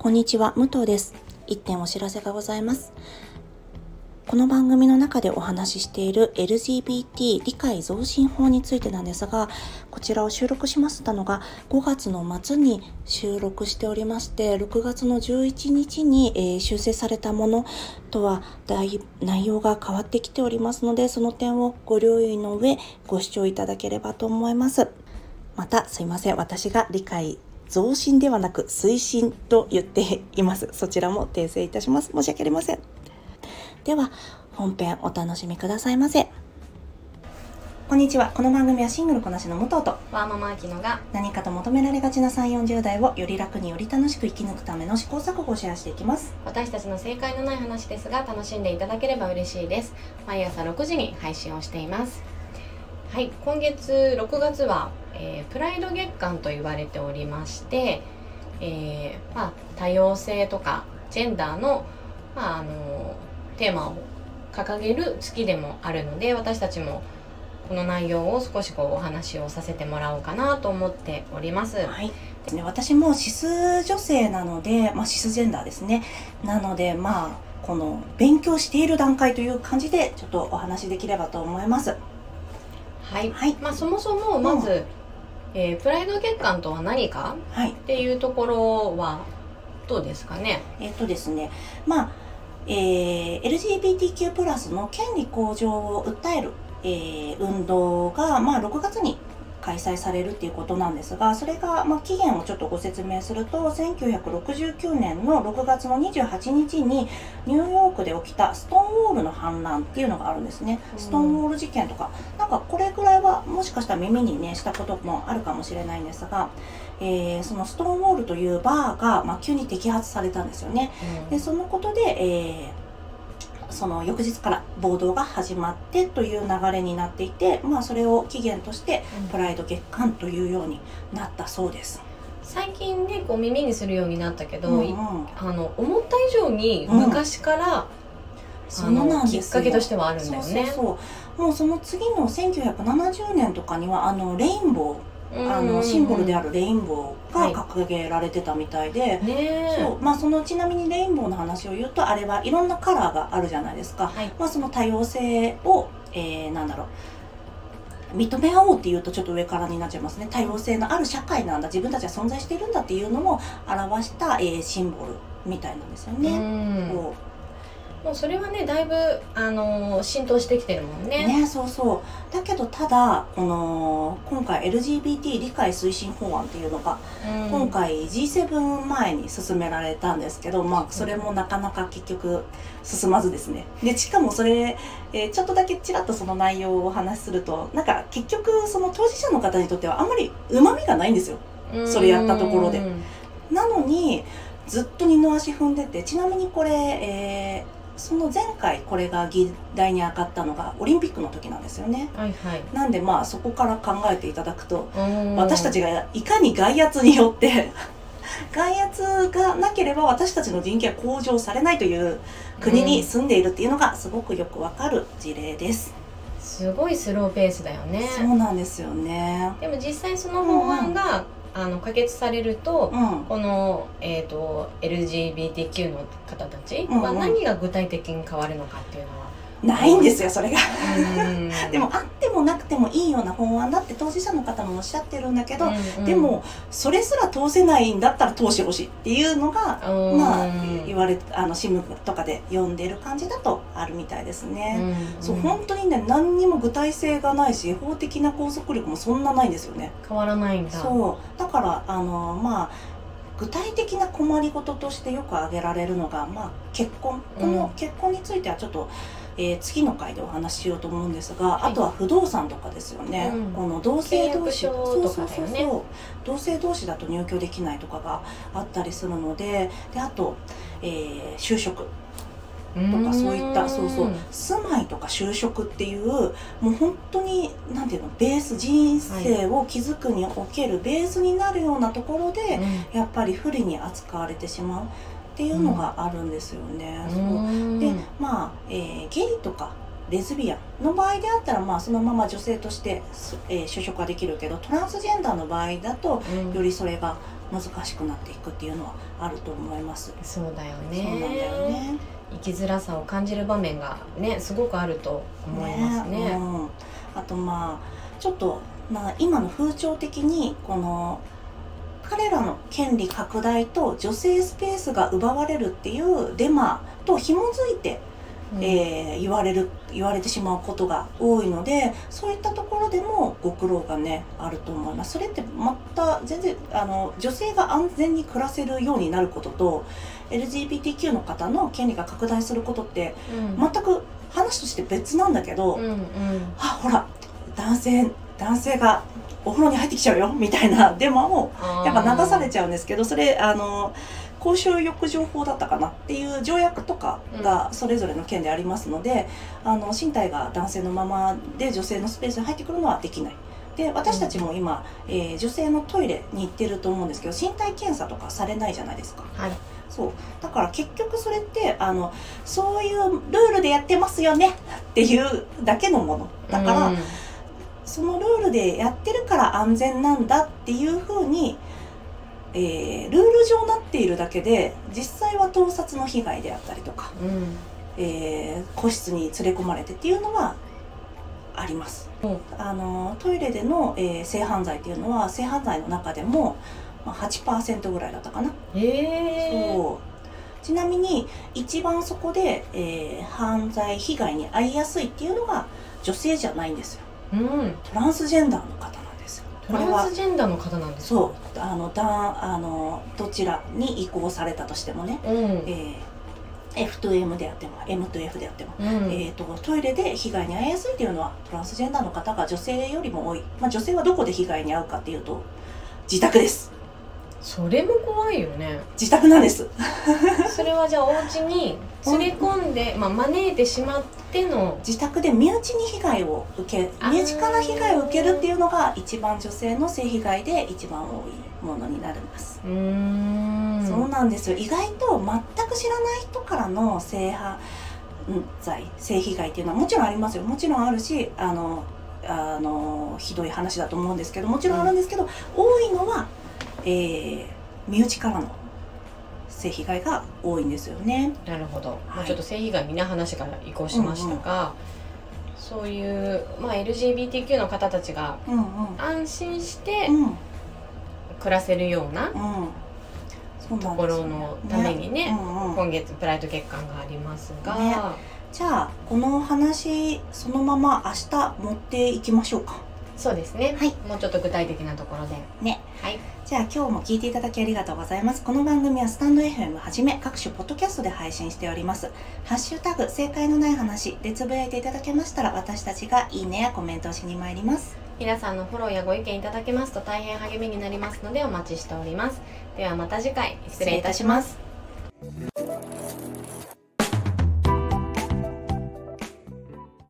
こんにちは、武藤です。一点お知らせがございます。この番組の中でお話ししている LGBT 理解増進法についてなんですが、こちらを収録しましたのが5月の末に収録しておりまして、6月の11日に、修正されたものとは内容が変わってきておりますので、その点をご留意の上ご視聴いただければと思います。またすいません、私が理解増進ではなく推進と言っています。そちらも訂正いたします。申し訳ありません。では本編お楽しみくださいませ。こんにちは。この番組はシングルこなしの武藤とワーママアキノが何かと求められがちな3、40代をより楽により楽しく生き抜くための試行錯誤をシェアしていきます。 私たちの正解のない話ですが楽しんでいただければ嬉しいです。毎朝6時に配信をしています。はい、今月6月は、プライド月間と言われておりまして、多様性とかジェンダーの、テーマを掲げる月でもあるので、私たちもこの内容を少しお話をさせてもらおうかなと思っております。 はい、私もシス女性なので、シスジェンダーですね。なのでこの勉強している段階という感じでちょっとお話できればと思います。 はい、そもそもまず、プライド月間とは何か、っていうところはどうですかね。 ですね、LGBTQ+ の権利向上を訴える、運動が、6月に開催されるっていうことなんですが、それが、期限をちょっとご説明すると、1969年の6月の28日にニューヨークで起きたストーンウォールの反乱っていうのがあるんですね。ストーンウォール事件とか、これぐらいはもしかしたら耳にねしたこともあるかもしれないんですが、そのストーンウォールというバーが、急に摘発されたんですよね。でそのことで、その翌日から暴動が始まってという流れになっていて、それを起源としてプライド月間というようになったそうです。 最近ね耳にするようになったけど、思った以上に昔から、きっかけとしてはあるんだよね。 もうその次の1970年とかにはレインボーシンボルであるレインボーが掲げられてたみたいで、そのちなみにレインボーの話を言うと、あれはいろんなカラーがあるじゃないですか。その多様性を、認め合おうっていうとちょっと上からになっちゃいますね。多様性のある社会なんだ、自分たちは存在しているんだっていうのを表した、シンボルみたいなんですよね。 もうそれはねだいぶ浸透してきてるもんね。 だけどただ今回 LGBT 理解推進法案っていうのが、今回 G7 前に進められたんですけど、それもなかなか結局進まずですね。でしかもそれ、ちょっとだけちらっとその内容をお話しすると、結局その当事者の方にとってはあんまり旨味がないんですよ、それやったところで。なのにずっと二の足踏んでて、ちなみにこれ、その前回これが議題に上がったのがオリンピックの時なんですよね。なんでそこから考えていただくと、私たちがいかに外圧によって外圧がなければ私たちの人権は向上されないという国に住んでいるっていうのがすごくよくわかる事例です。 すごいスローペースだよね。 そうなんですよね。 でも実際その法案が、可決されると、この、LGBTQ の方たちは何が具体的に変わるのかっていうのはないんですよ、それがでもあってもなくてもいいような法案だって当事者の方もおっしゃってるんだけど、でもそれすら通せないんだったら通してほしいっていうのが、言われ新聞とかで読んでる感じだとあるみたいですね。本当にね、何にも具体性がないし、法的な拘束力もそんなないんですよね。 変わらないんだ。 だから具体的な困りごととしてよく挙げられるのが、結婚。この結婚についてはちょっと次の回でお話ししようと思うんですが、あとは不動産とかですよね。この同性同士、同性同士だと入居できないとかがあったりするので、あと、就職とかそういった住まいとか就職っていう、もう本当にベース、人生を築くにおけるベースになるようなところで、やっぱり不利に扱われてしまうっていうのがあるんですよね。でゲイとかレズビアンの場合であったら、まあ、そのまま女性として、就職はできるけど、トランスジェンダーの場合だと、よりそれが難しくなっていくっていうのはあると思います。 そうだよね。 そうなんだよね。 生きづらさを感じる場面がねすごくあると思いますね。 あとまあちょっと、今の風潮的にこの彼らの権利拡大と女性スペースが奪われるっていうデマと紐づいて、言われてしまうことが多いので、そういったところでもご苦労がねあると思います。それってまた全然女性が安全に暮らせるようになることと LGBTQ の方の権利が拡大することって全く話として別なんだけど、ほら男性がお風呂に入ってきちゃうよみたいなデマをやっぱ流されちゃうんですけど、それ公衆浴場法だったかなっていう条約とかがそれぞれの県でありますので、身体が男性のままで女性のスペースに入ってくるのはできない。で私たちも今、女性のトイレに行ってると思うんですけど、身体検査とかされないじゃないですか。 はい、 そうだから結局それってそういうルールでやってますよねっていうだけのものだから、そのルールでやってるから安全なんだっていうふうに、ルール上なっているだけで、実際は盗撮の被害であったりとか、個室に連れ込まれてっていうのはあります。トイレでの、性犯罪っていうのは性犯罪の中でも、8% ぐらいだったかな。そうちなみに一番そこで、犯罪被害に遭いやすいっていうのが女性じゃないんですよ。トランスジェンダーの方なんですよ。 トランスジェンダーの方なんですか？ そうどちらに移行されたとしてもね、F to M であっても M to F であっても、トイレで被害に遭いやすいっていうのはトランスジェンダーの方が女性よりも多い。女性はどこで被害に遭うかっていうと自宅です。 それも怖いよね。 自宅なんですそれはじゃあお家に連れ込んで、招いてしまっての自宅で身内に被害を受け身内から被害を受けるっていうのが一番女性の性被害で一番多いものになります。そうなんですよ。意外と全く知らない人からの性被害っていうのはもちろんありますよ。もちろんあるしひどい話だと思うんですけど、もちろんあるんですけど、多いのは身内からの性被害が多いんですよね。 なるほど、ちょっと性被害にね話が移行しましたが、そういう、LGBTQ の方たちが安心して暮らせるようなところのためにね、今月プライド月間がありますが、 じゃあこの話そのまま明日持っていきましょうか。 そうですね、もうちょっと具体的なところでね。じゃあ今日も聞いていただきありがとうございます。この番組はスタンド FM はじめ各種ポッドキャストで配信しております。ハッシュタグ正解のない話でつぶやいていただけましたら、私たちがいいねやコメントをしに参ります。 皆さんのフォローやご意見いただけますと大変励みになりますのでお待ちしております。ではまた次回失礼いたします。